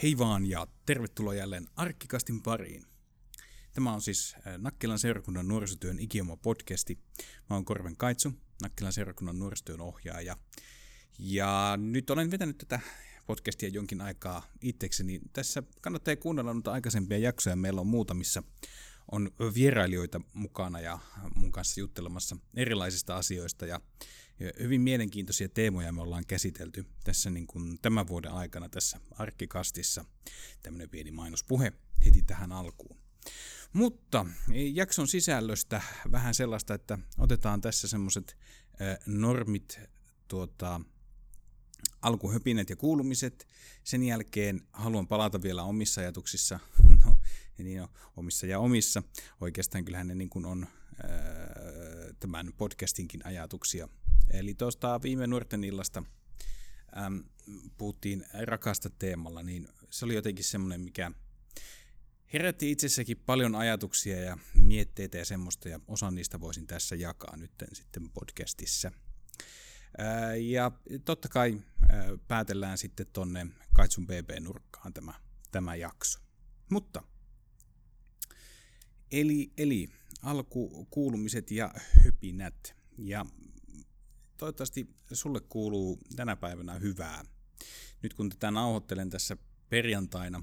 Hei vaan ja tervetuloa jälleen Arkkikastin pariin. Tämä on siis Nakkilan seurakunnan nuorisotyön ikioma podcasti. Mä oon Korven Kaitsu, Nakkilan seurakunnan nuorisotyön ohjaaja. Ja nyt olen vetänyt tätä podcastia jonkin aikaa itsekseni. Tässä kannattaa kuunnella noita aikaisempia jaksoja. Meillä on muutamissa on vierailijoita mukana ja mun kanssa juttelemassa erilaisista asioista. Ja hyvin mielenkiintoisia teemoja me ollaan käsitelty tässä niin kuin tämän vuoden aikana tässä Arkkikastissa. Tämmöinen pieni mainospuhe heti tähän alkuun. Mutta jakson sisällöstä vähän sellaista, että otetaan tässä semmoiset normit, alkuhöpinät ja kuulumiset. Sen jälkeen haluan palata vielä omissa ajatuksissa, omissa. Oikeastaan kyllähän ne niin kuin on tämän podcastinkin ajatuksia. Eli tuosta viime nuorten illasta puhuttiin rakasta teemalla, niin se oli jotenkin semmoinen, mikä herätti itsessäkin paljon ajatuksia ja mietteitä ja semmoista, ja osan niistä voisin tässä jakaa nyt sitten podcastissa. Ja totta kai päätellään sitten tonne Kaitsun BB-nurkkaan tämä jakso. Mutta, eli alkukuulumiset ja höpinät, ja toivottavasti sulle kuuluu tänä päivänä hyvää. Nyt kun tätä nauhoittelen tässä perjantaina,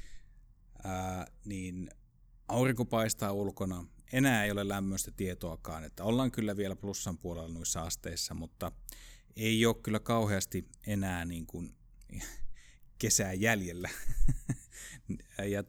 niin aurinko paistaa ulkona. Enää ei ole lämmöistä tietoakaan, että ollaan kyllä vielä plussan puolella noissa asteissa, mutta ei ole kyllä kauheasti enää niin kuin kesää jäljellä. Ja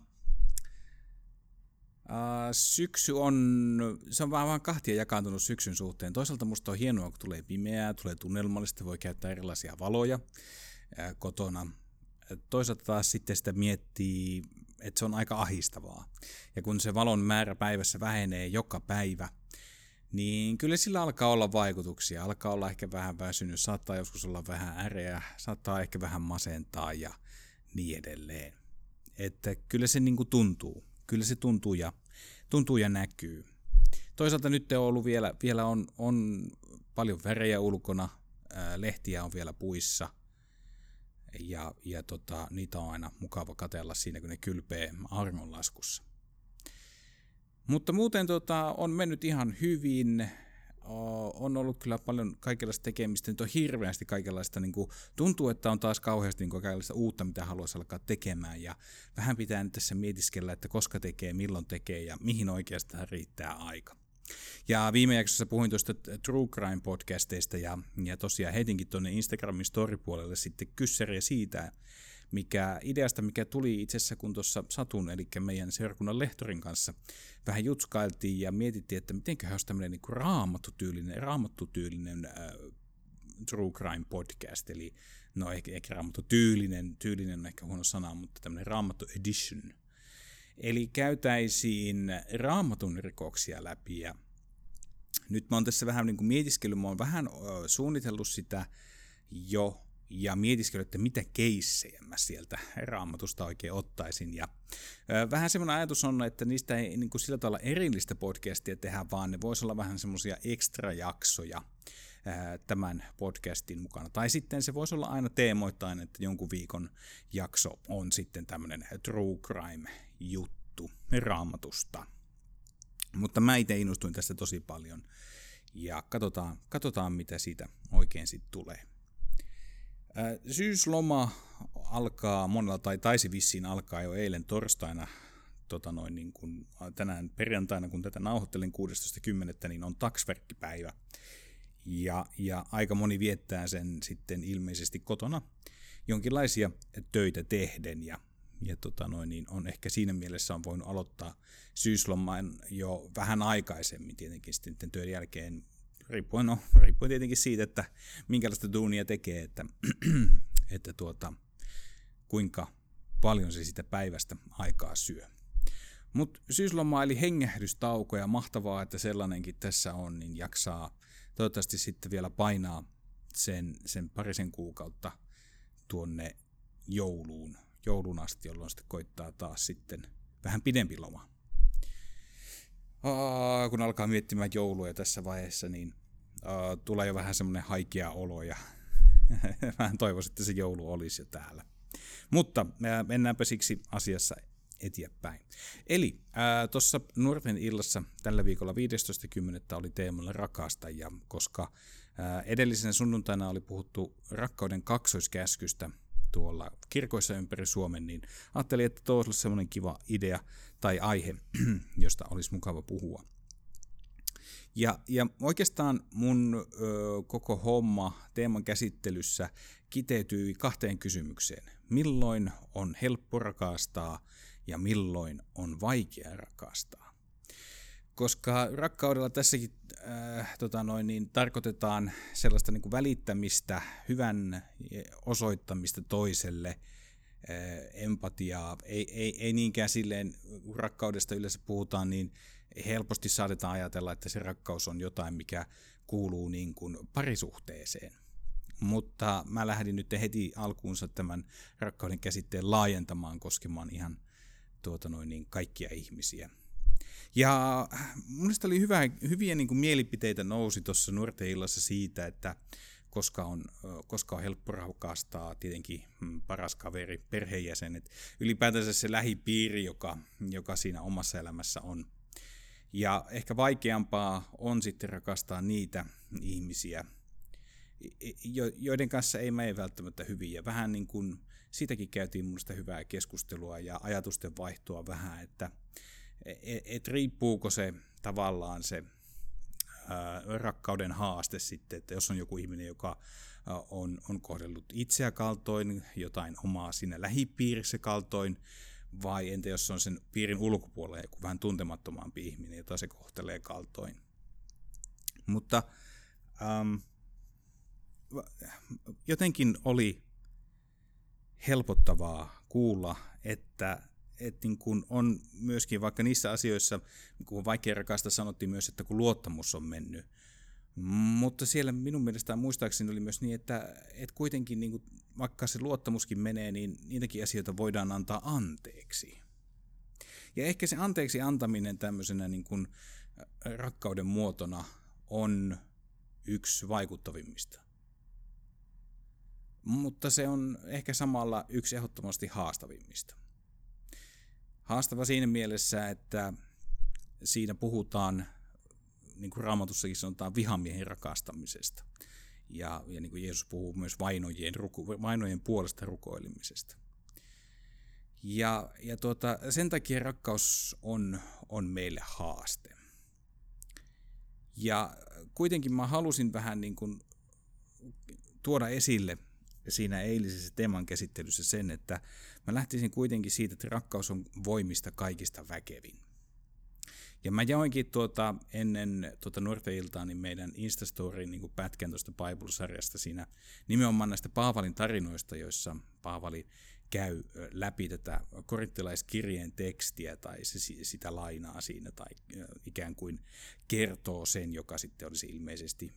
syksy se on vähän kahtia jakaantunut syksyn suhteen. Toisaalta musta on hienoa, kun tulee pimeää, tulee tunnelmallista, voi käyttää erilaisia valoja kotona. Toisaalta taas sitten sitä miettii, että se on aika ahdistavaa. Ja kun se valon määrä päivässä vähenee joka päivä, niin kyllä sillä alkaa olla vaikutuksia. Alkaa olla ehkä vähän väsynyt, saattaa joskus olla vähän äreä, saattaa ehkä vähän masentaa ja niin edelleen. Että kyllä se niin kuin tuntuu. Kyllä se tuntuu ja näkyy. Toisaalta nyt on ollut vielä on paljon värejä ulkona, lehtiä on vielä puissa. Ja niitä on aina mukava katsella siinä, kun ne kylpee auringonlaskussa. Mutta muuten on mennyt ihan hyvin. On ollut kyllä paljon kaikenlaista tekemistä. Nyt on hirveästi kaikenlaista, niin kuin, tuntuu, että on taas kauheasti niin kuin, kaikenlaista uutta, mitä haluaisi alkaa tekemään. Ja vähän pitää nyt tässä mietiskellä, että koska tekee, milloin tekee ja mihin oikeastaan riittää aika. Ja viime jaksossa puhuin tuosta True Crime podcasteista ja tosiaan heitinkin tuonne Instagramin story-puolelle sitten kyssäriä siitä, ideasta, mikä tuli itse asiassa, kun tuossa Satun, eli meidän seurakunnan lehtorin kanssa vähän jutskailtiin ja mietittiin, että mitenköhän olisi tämmöinen niin kuin raamattutyylinen True Crime podcast, eli no ehkä raamattutyylinen on ehkä huono sana, mutta tämmöinen raamattu edition. Eli käytäisiin raamatun rikoksia läpi ja nyt mä oon tässä vähän niin kuin mietiskellyt, mä oon vähän suunnitellut sitä jo ja mietiskellyt, että mitä keissejä mä sieltä raamatusta oikein ottaisin. Ja vähän semmoinen ajatus on, että niistä ei niin kuin sillä tavalla erillistä podcastia tehdä, vaan ne voisi olla vähän semmoisia ekstra jaksoja tämän podcastin mukana. Tai sitten se voisi olla aina teemoittain, että jonkun viikon jakso on sitten tämmöinen True Crime-juttu raamatusta. Mutta mä itse innostuin tästä tosi paljon ja katsotaan mitä siitä oikein sitten tulee. Syysloma alkaa monella, tai taisi vissiin alkaa jo eilen torstaina, niin kuin tänään perjantaina, kun tätä nauhoittelin 16.10., niin on taksverkkipäivä. Ja aika moni viettää sen sitten ilmeisesti kotona jonkinlaisia töitä tehden ja niin on ehkä siinä mielessä on voinut aloittaa syysloman jo vähän aikaisemmin tietenkin sitten työn jälkeen, riippuen tietenkin siitä, että minkälaista duunia tekee, että kuinka paljon se sitä päivästä aikaa syö. Mutta syysloma eli hengähdystauko ja mahtavaa, että sellainenkin tässä on, niin jaksaa toivottavasti sitten vielä painaa sen parisen kuukautta tuonne jouluun asti, jolloin sitten koittaa taas sitten vähän pidempi loma. Kun alkaa miettimään joulua tässä vaiheessa, niin tulee jo vähän semmoinen haikea olo ja vähän toivoisin, että se joulu olisi jo täällä. Mutta mennäänpä siksi asiassa eteenpäin. Eli tuossa nuorten illassa tällä viikolla 15.10. oli teemalla rakastajia, koska edellisenä sunnuntaina oli puhuttu rakkauden kaksoiskäskystä tuolla kirkoissa ympäri Suomen, niin ajattelin, että tuo olisi semmoinen kiva idea tai aihe, josta olisi mukava puhua. Ja oikeastaan mun koko homma teeman käsittelyssä kiteytyi 2 kysymykseen. Milloin on helppo rakastaa ja milloin on vaikea rakastaa? Koska rakkaudella tässäkin tarkoitetaan sellaista niin kuin välittämistä, hyvän osoittamista toiselle, empatiaa. Ei niinkään silleen, kun rakkaudesta yleensä puhutaan, niin helposti saatetaan ajatella, että se rakkaus on jotain, mikä kuuluu niin kuin parisuhteeseen. Mutta mä lähdin nyt heti alkuunsa tämän rakkauden käsitteen laajentamaan koskemaan ihan kaikkia ihmisiä. Ja mun mielestä oli hyviä niin kuin mielipiteitä nousi tuossa nuorten illassa siitä, että koska on helppo rakastaa, tietenkin paras kaveri, perheenjäsenet, ylipäätänsä se lähipiiri, joka siinä omassa elämässä on. Ja ehkä vaikeampaa on sitten rakastaa niitä ihmisiä, joiden kanssa ei mene välttämättä hyvin. Ja vähän niin kuin siitäkin käytiin mun mielestä hyvää keskustelua ja ajatusten vaihtoa vähän, että riippuuko se tavallaan se rakkauden haaste sitten, että jos on joku ihminen, joka on kohdellut itseä kaltoin, jotain omaa siinä lähipiirissä kaltoin, vai entä jos on sen piirin ulkopuolella joku vähän tuntemattomampi ihminen, jota se kohtelee kaltoin. Mutta jotenkin oli helpottavaa kuulla, että niin kun on myöskin vaikka niissä asioissa, kun on vaikea rakastaa, sanottiin myös, että kun luottamus on mennyt. Mutta siellä minun mielestä muistaakseni oli myös niin, että kuitenkin niin kun, vaikka se luottamuskin menee, niin niitäkin asioita voidaan antaa anteeksi. Ja ehkä se anteeksi antaminen tämmöisenä niin kun rakkauden muotona on yksi vaikuttavimmista. Mutta se on ehkä samalla yksi ehdottomasti haastavimmista. Haastava siinä mielessä, että siinä puhutaan, niin kuin Raamatussakin sanotaan, vihamiehen rakastamisesta. Ja niin kuin Jeesus puhuu myös vainojen puolesta rukoilemisesta. Ja sen takia rakkaus on meille haaste. Ja kuitenkin mä halusin vähän niin kuin tuoda esille siinä eilisessä teeman käsittelyssä sen, että mä lähtisin kuitenkin siitä, että rakkaus on voimista kaikista väkevin. Ja mä jaoinkin ennen nuorten iltaa niin meidän Instastoryin niin pätkän tuosta Bible-sarjasta siinä nimenomaan näistä Paavalin tarinoista, joissa Paavali käy läpi tätä korinttilaiskirjeen tekstiä tai se sitä lainaa siinä tai ikään kuin kertoo sen, joka sitten olisi ilmeisesti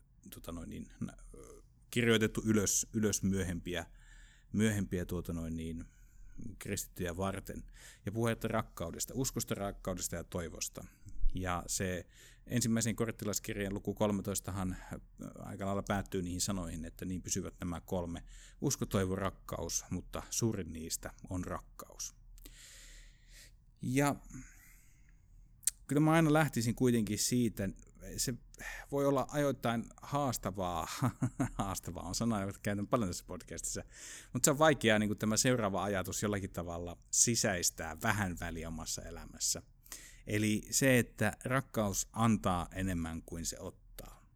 kirjoitettu ylös myöhempiä kristittyjä varten. Ja puhetta rakkaudesta, uskosta, rakkaudesta ja toivosta. Ja se ensimmäisen korinttilaiskirjeen luku 13han aika lailla päättyy niihin sanoihin, että niin pysyvät nämä 3. Usko, toivo, rakkaus, mutta suurin niistä on rakkaus. Ja kyllä mä aina lähtisin kuitenkin siitä, se voi olla ajoittain haastavaa on sana, jota käytän paljon tässä podcastissa, mutta se on vaikeaa niin kuin tämä seuraava ajatus jollakin tavalla sisäistää vähän väliä omassa elämässä. Eli se, että rakkaus antaa enemmän kuin se ottaa.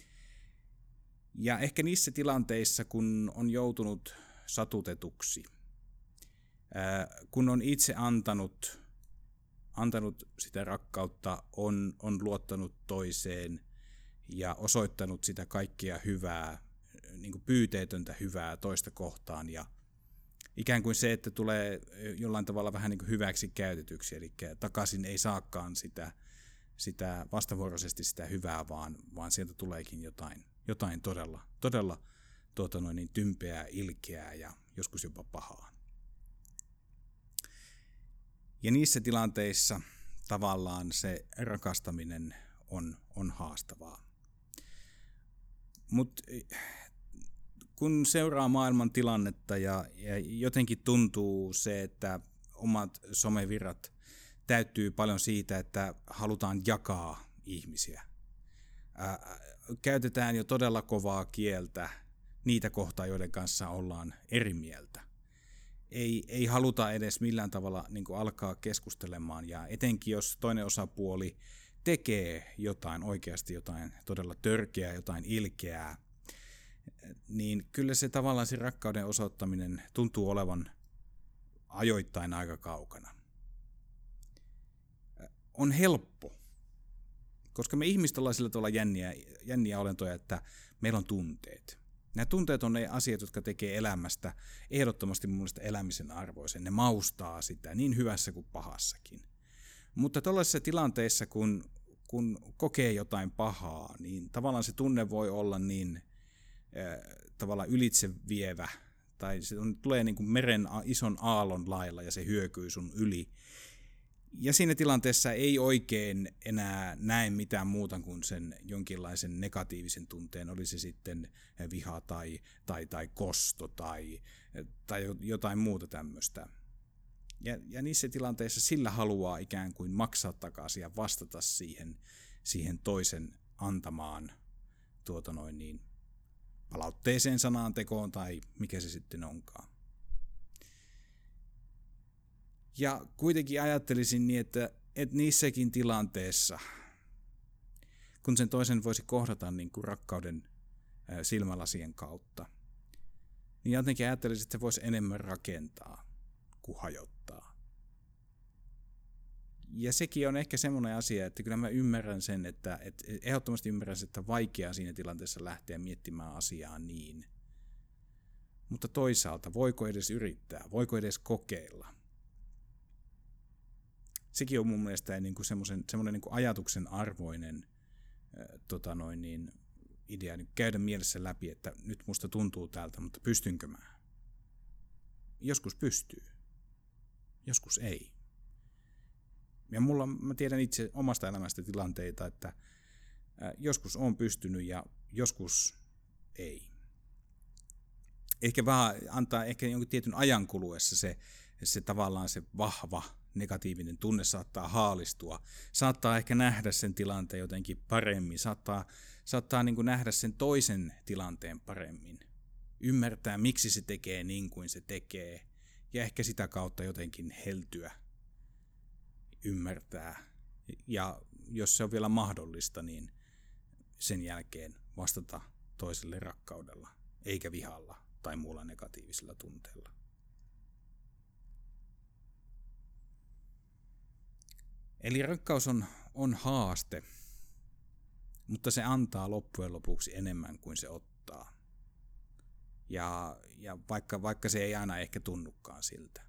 Ja ehkä niissä tilanteissa, kun on joutunut satutetuksi, kun on itse antanut sitä rakkautta, on luottanut toiseen ja osoittanut sitä kaikkea hyvää, niin kuin pyyteetöntä hyvää toista kohtaan. Ja ikään kuin se, että tulee jollain tavalla vähän niin kuin hyväksi käytetyksi, eli takaisin ei saakaan sitä vastavuoroisesti sitä hyvää, vaan sieltä tuleekin jotain todella tympeää, ilkeää ja joskus jopa pahaa. Ja niissä tilanteissa tavallaan se rakastaminen on haastavaa. Mutta kun seuraa maailman tilannetta ja jotenkin tuntuu se, että omat somevirrat täyttyy paljon siitä, että halutaan jakaa ihmisiä. Käytetään jo todella kovaa kieltä niitä kohtaa, joiden kanssa ollaan eri mieltä. Ei haluta edes millään tavalla niin kuin alkaa keskustelemaan, ja etenkin jos toinen osapuoli tekee jotain oikeasti, jotain todella törkeää, jotain ilkeää, niin kyllä se tavallaan se rakkauden osoittaminen tuntuu olevan ajoittain aika kaukana. On helppo, koska me ihmiset ollaan sillä tavalla jänniä olentoja, että meillä on tunteet. Nämä tunteet on ne asiat, jotka tekee elämästä ehdottomasti mun mielestä elämisen arvoisen. Ne maustaa sitä niin hyvässä kuin pahassakin. Mutta tällaisissa tilanteissa, kun kokee jotain pahaa, niin tavallaan se tunne voi olla niin tavallaan ylitsevievä, tai se tulee niin kuin meren ison aallon lailla ja se hyökyy sun yli. Ja siinä tilanteessa ei oikein enää näe mitään muuta kuin sen jonkinlaisen negatiivisen tunteen, oli se sitten viha tai kosto tai jotain muuta tämmöistä. Ja niissä tilanteissa sillä haluaa ikään kuin maksaa takaisin ja vastata siihen toisen antamaan palautteeseen, sanaan, tekoon tai mikä se sitten onkaan. Ja kuitenkin ajattelisin niin, että niissäkin tilanteissa, kun sen toisen voisi kohdata niin kuin rakkauden silmälasien kautta, niin jotenkin ajattelisin, että se voisi enemmän rakentaa kuin hajottaa. Ja sekin on ehkä semmoinen asia, että kyllä mä ymmärrän sen, että ehdottomasti ymmärrän sen, että vaikeaa siinä tilanteessa lähteä miettimään asiaa niin. Mutta toisaalta, voiko edes yrittää, voiko edes kokeilla? Sekin on mun mielestä niin kuin semmoinen niin kuin ajatuksen arvoinen idea niin käydä mielessä läpi, että nyt musta tuntuu tältä, mutta pystynkö mä? Joskus pystyy, joskus ei. Ja mä tiedän itse omasta elämästä tilanteita, että joskus on pystynyt ja joskus ei. Ehkä vähän antaa jonkun tietyn ajan kuluessa se tavallaan se vahva negatiivinen tunne saattaa haalistua, saattaa ehkä nähdä sen tilanteen jotenkin paremmin, saattaa niin kuin nähdä sen toisen tilanteen paremmin, ymmärtää miksi se tekee niin kuin se tekee ja ehkä sitä kautta jotenkin heltyä, ymmärtää ja jos se on vielä mahdollista, niin sen jälkeen vastata toiselle rakkaudella, eikä vihalla tai muulla negatiivisella tunteella. Eli rakkaus on haaste, mutta se antaa loppujen lopuksi enemmän kuin se ottaa. Ja vaikka se ei aina ehkä tunnukaan siltä.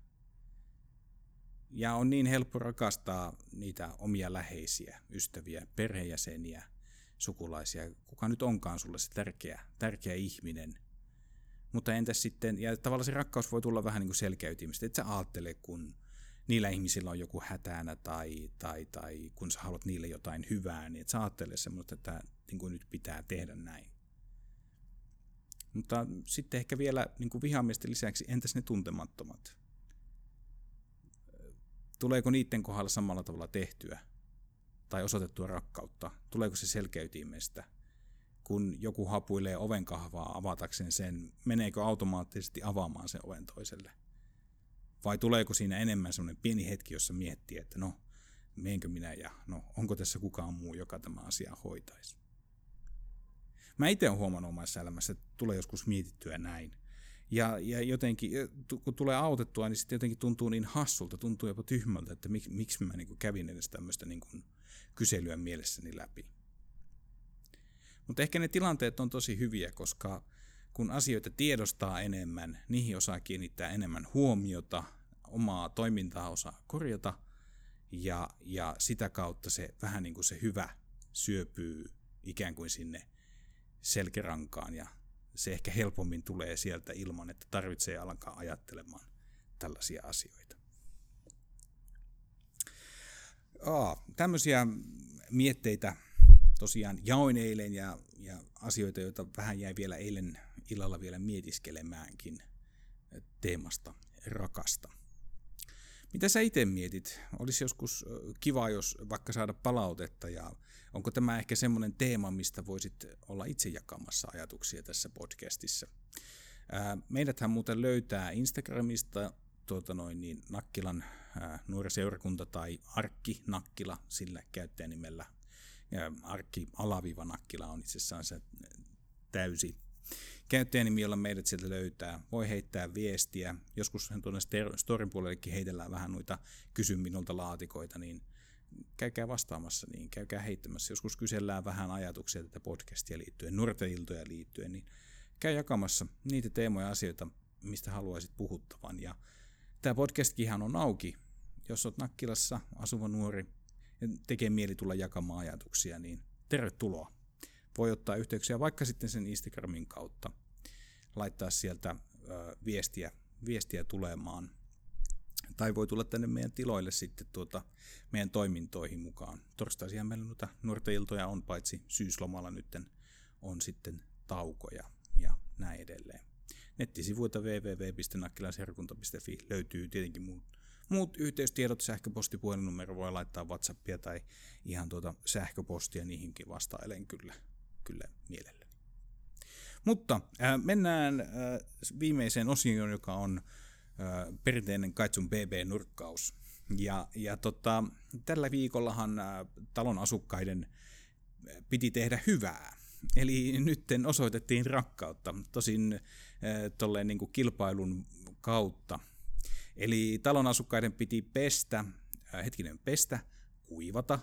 Ja on niin helppo rakastaa niitä omia läheisiä, ystäviä, perheenjäseniä, sukulaisia, kuka nyt onkaan sulle se tärkeä ihminen. Mutta entäs sitten, ja tavallaan se rakkaus voi tulla vähän niin kuin selkäytimistä, et sä ajattele, kun niillä ihmisillä on joku hätänä tai kun sä haluat niille jotain hyvää, niin et sä ajattele semmoista, että niin kuin nyt pitää tehdä näin. Mutta sitten ehkä vielä niin kuin vihamiesten lisäksi, entäs ne tuntemattomat? Tuleeko niiden kohdalla samalla tavalla tehtyä tai osoitettua rakkautta? Tuleeko se selkäytimestä? Kun joku hapuilee ovenkahvaa avatakseen sen, meneekö automaattisesti avaamaan sen oven toiselle? Vai tuleeko siinä enemmän semmoinen pieni hetki, jossa miettii, että no, meenkö minä ja no, onko tässä kukaan muu, joka tämä asia hoitaisi? Mä itse olen huomannut omassa elämässä, että tulee joskus mietittyä näin. Ja jotenkin, kun tulee autettua, niin sitten jotenkin tuntuu niin hassulta, tuntuu jopa tyhmältä, että miksi mä niin kävin edes tämmöistä niin kyselyä mielessäni läpi. Mutta ehkä ne tilanteet on tosi hyviä, koska kun asioita tiedostaa enemmän, niihin osaa kiinnittää enemmän huomiota, omaa toimintaa osaa korjata, ja sitä kautta se vähän niin kuin se hyvä syöpyy ikään kuin sinne selkärankaan, ja se ehkä helpommin tulee sieltä ilman, että tarvitsee alkaa ajattelemaan tällaisia asioita. Tämmöisiä mietteitä tosiaan jaoin eilen ja asioita, joita vähän jäi vielä illalla vielä mietiskelemäänkin teemasta rakasta. Mitä sä itse mietit? Olisi joskus kiva, jos vaikka saada palautetta, ja onko tämä ehkä semmoinen teema, mistä voisit olla itse jakamassa ajatuksia tässä podcastissa? Meidäthän muuten löytää Instagramista Nakkilan nuoriseurakunta tai Arkki Nakkila sillä käyttäjänimellä. Arkki-Nakkila on itse asiassa se täysi käyttäjänimi, jolla meidät sieltä löytää. Voi heittää viestiä. Joskus tuonne storin puolellekin heitellään vähän noita kysy minulta laatikoita, niin käykää vastaamassa, niin käykää heittämässä. Joskus kysellään vähän ajatuksia tätä podcastia liittyen, nuorten iltoja liittyen, niin käy jakamassa niitä teemoja ja asioita, mistä haluaisit puhuttavan. Ja tämä podcastkihan on auki. Jos olet Nakkilassa asuva nuori ja tekee mieli tulla jakamaan ajatuksia, niin tervetuloa. Voi ottaa yhteyksiä vaikka sitten sen Instagramin kautta, laittaa sieltä viestiä tulemaan. Tai voi tulla tänne meidän tiloille sitten meidän toimintoihin mukaan. Torstaisihan meillä noita nuorten iltoja on, paitsi syyslomalla nyt on sitten taukoja ja näin edelleen. Nettisivuilta www.nakkilanseurakunta.fi löytyy tietenkin muut yhteystiedot, sähköposti, puhelinnumero, voi laittaa WhatsAppia tai ihan sähköpostia, niihinkin vastailen kyllä mielelläni. Mutta mennään viimeiseen osioon, joka on perinteinen Kaitsun BB-nurkkaus. Tällä viikollahan talon asukkaiden piti tehdä hyvää. Eli nytten osoitettiin rakkautta, tosin tolleen niin kuin kilpailun kautta. Eli talon asukkaiden piti pestä, kuivata,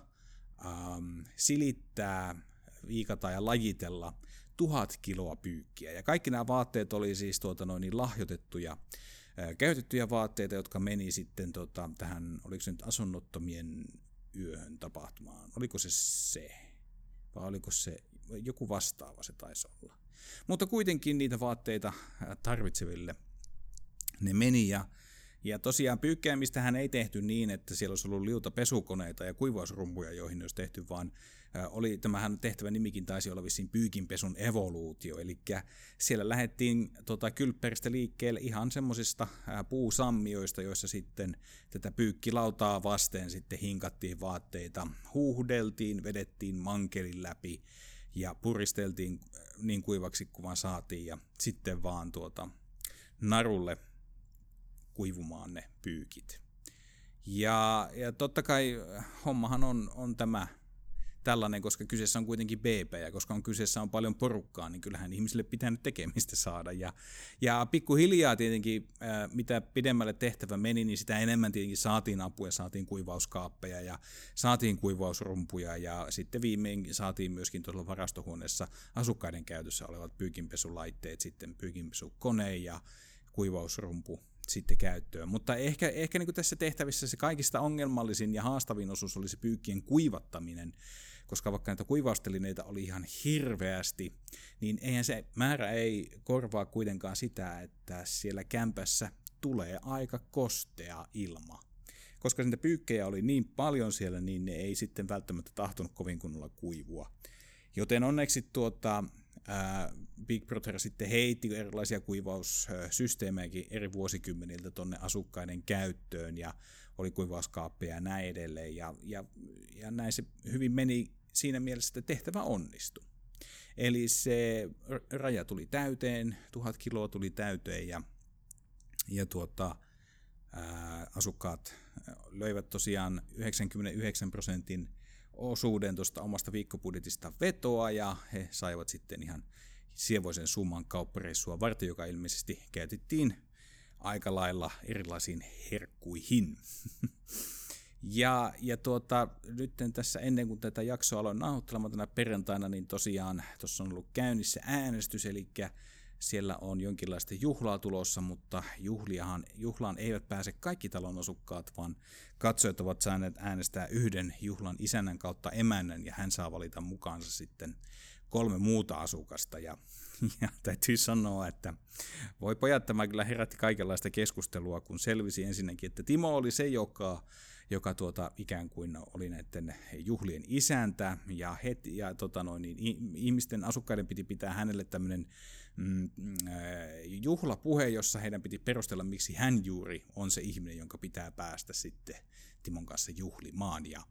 silittää, viikata ja lajitella 1000 kiloa pyykkiä. Ja kaikki nämä vaatteet oli siis lahjoitettuja, käytettyjä vaatteita, jotka meni sitten tähän, oliko se nyt asunnottomien yöhön tapahtumaan. Oliko se? Vai oliko se joku vastaava se taisi olla. Mutta kuitenkin niitä vaatteita tarvitseville ne meni. Ja tosiaan pyykkäämistähän ei tehty niin, että siellä olisi ollut liuta pesukoneita ja kuivausrumpuja, joihin ne olisi tehty, vaan tämähän tehtävä nimikin taisi olla vissiin pyykinpesun evoluutio, eli siellä lähdettiin kylppäristä liikkeelle ihan semmoisista puusammioista, joissa sitten tätä pyykkilautaa vasten sitten hinkattiin vaatteita, huuhdeltiin, vedettiin mankelin läpi ja puristeltiin niin kuivaksi kuin vaan saatiin ja sitten vaan narulle kuivumaan ne pyykit. Ja totta kai hommahan on tämä tällainen, koska kyseessä on kuitenkin BB ja koska kyseessä on paljon porukkaa, niin kyllähän ihmisille pitää nyt tekemistä saada. Ja pikkuhiljaa tietenkin, mitä pidemmälle tehtävä meni, niin sitä enemmän tietenkin saatiin apua, saatiin kuivauskaappeja ja saatiin kuivausrumpuja ja sitten viimein saatiin myöskin tuolla varastohuoneessa asukkaiden käytössä olevat pyykinpesulaitteet, sitten pyykinpesukone ja kuivausrumpu sitten käyttöön. Mutta ehkä niin kuin tässä tehtävissä se kaikista ongelmallisin ja haastavin osuus oli se pyykkien kuivattaminen, koska vaikka näitä kuivaustelineitä oli ihan hirveästi, niin eihän se määrä ei korvaa kuitenkaan sitä, että siellä kämpässä tulee aika kostea ilma. Koska niitä pyykkejä oli niin paljon siellä, niin ne ei sitten välttämättä tahtonut kovin kunnolla kuivua. Joten onneksi Big Brother sitten heitti erilaisia kuivaussysteemejäkin eri vuosikymmeniltä tuonne asukkaiden käyttöön ja oli kuivauskaappeja ja näin edelleen. Ja näin se hyvin meni siinä mielessä, että tehtävä onnistui. Eli se raja tuli täyteen, 1000 kiloa tuli täyteen ja asukkaat löivät tosiaan 99% osuuden tuosta omasta viikkobudjetista vetoa ja he saivat sitten ihan sievoisen summan kauppareissua varten, joka ilmeisesti käytettiin aika lailla erilaisiin herkkuihin. Nyt tässä ennen kuin tätä jaksoa aloin nauhoittelemaan tänä perjantaina, niin tosiaan tuossa on ollut käynnissä äänestys, eli siellä on jonkinlaista juhlaa tulossa, mutta juhlaan eivät pääse kaikki talon asukkaat, vaan katsojat ovat saaneet äänestää yhden juhlan isännän kautta emännän, ja hän saa valita mukaansa sitten 3 muuta asukasta. Ja täytyy sanoa, että voi pojat, tämä kyllä herätti kaikenlaista keskustelua, kun selvisi ensinnäkin, että Timo oli se, joka ikään kuin oli näiden juhlien isäntä, ja ihmisten asukkaiden piti pitää hänelle tämmöinen juhlapuhe, jossa heidän piti perustella, miksi hän juuri on se ihminen, jonka pitää päästä sitten Timon kanssa juhlimaan. Ja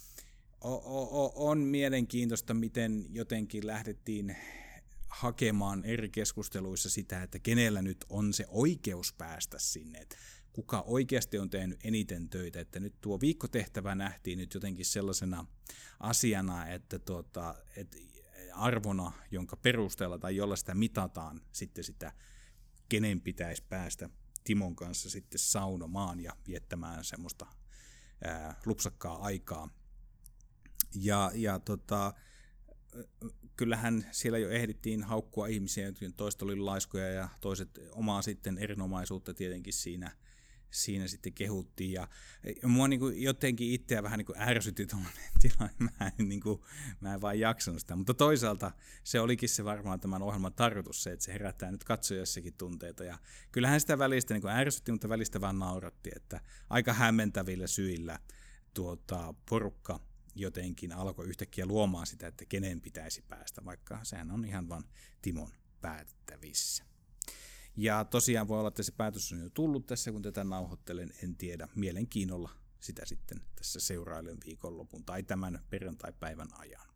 on mielenkiintoista, miten jotenkin lähdettiin hakemaan eri keskusteluissa sitä, että kenellä nyt on se oikeus päästä sinne, että kuka oikeasti on tehnyt eniten töitä, että nyt tuo viikkotehtävä nähtiin nyt jotenkin sellaisena asiana, että arvona, jonka perusteella tai jolla sitä mitataan sitten sitä, kenen pitäisi päästä Timon kanssa sitten saunomaan ja viettämään semmoista lupsakkaa aikaa. Ja kyllähän siellä jo ehdittiin haukkua ihmisiä, toiset oli laiskoja ja toiset omaa sitten erinomaisuutta tietenkin siinä sitten kehuttiin. Ja mua niin kuin jotenkin itseä vähän niin kuin ärsytti tuollainen tilanne, mä en vaan jaksanut sitä. Mutta toisaalta se olikin se varmaan tämän ohjelman tarkoitus se, että se herättää nyt katsojassakin tunteita. Ja kyllähän sitä välistä niin kuin ärsytti, mutta välistä vaan nauratti, että aika hämmentävillä syillä porukka jotenkin alkoi yhtäkkiä luomaan sitä, että kenen pitäisi päästä, vaikka sehän on ihan vaan Timon päätettävissä. Ja tosiaan voi olla, että se päätös on jo tullut tässä, kun tätä nauhoittelen, en tiedä. Mielenkiinnolla sitä sitten tässä seurailen viikonlopun tai tämän perjantaipäivän ajan.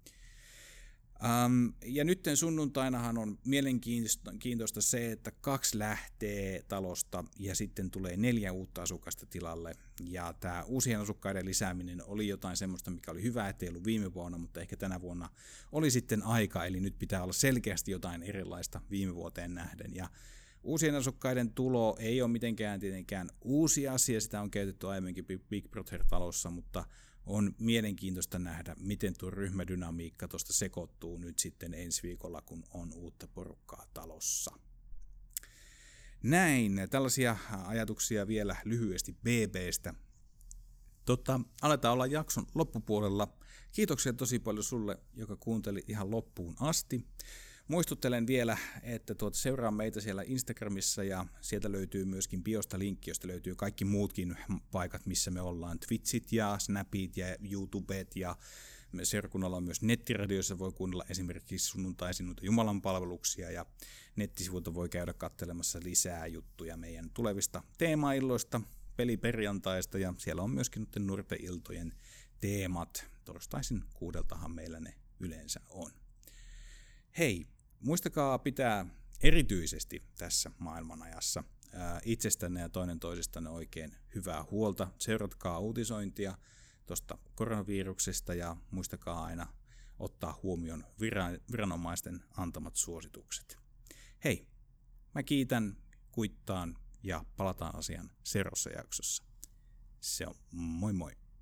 Ja nyt sunnuntainahan on mielenkiintoista se, että 2 lähtee talosta ja sitten tulee 4 uutta asukasta tilalle. Ja tämä uusien asukkaiden lisääminen oli jotain semmoista, mikä oli hyvä, ettei ollut viime vuonna, mutta ehkä tänä vuonna oli sitten aika, eli nyt pitää olla selkeästi jotain erilaista viime vuoteen nähden. Ja uusien asukkaiden tulo ei ole mitenkään tietenkään uusi asia, sitä on käytetty aiemminkin Big Brother-talossa, mutta on mielenkiintoista nähdä, miten tuo ryhmädynamiikka tuosta sekoittuu nyt sitten ensi viikolla, kun on uutta porukkaa talossa. Näin, tällaisia ajatuksia vielä lyhyesti BB:stä. Aletaan olla jakson loppupuolella. Kiitoksia tosi paljon sulle, joka kuunteli ihan loppuun asti. Muistuttelen vielä, että seuraa meitä siellä Instagramissa ja sieltä löytyy myöskin biosta linkki, josta löytyy kaikki muutkin paikat, missä me ollaan. Twitchit ja Snapit ja YouTubet ja seurakunnalla on myös nettiradio, jossa voi kuunnella esimerkiksi sunnuntaisin noita Jumalan palveluksia ja nettisivuilta voi käydä katselemassa lisää juttuja meidän tulevista teemailloista, peliperjantaista ja siellä on myöskin Nurte-iltojen teemat. Torstaisin 6:00 meillä ne yleensä on. Hei, muistakaa pitää erityisesti tässä maailmanajassa itsestänne ja toinen toisestanne oikein hyvää huolta. Seuratkaa uutisointia tuosta koronaviruksesta ja muistakaa aina ottaa huomioon viranomaisten antamat suositukset. Hei, mä kiitän, kuittaan ja palataan asian seuraavassa jaksossa. Se on moi moi!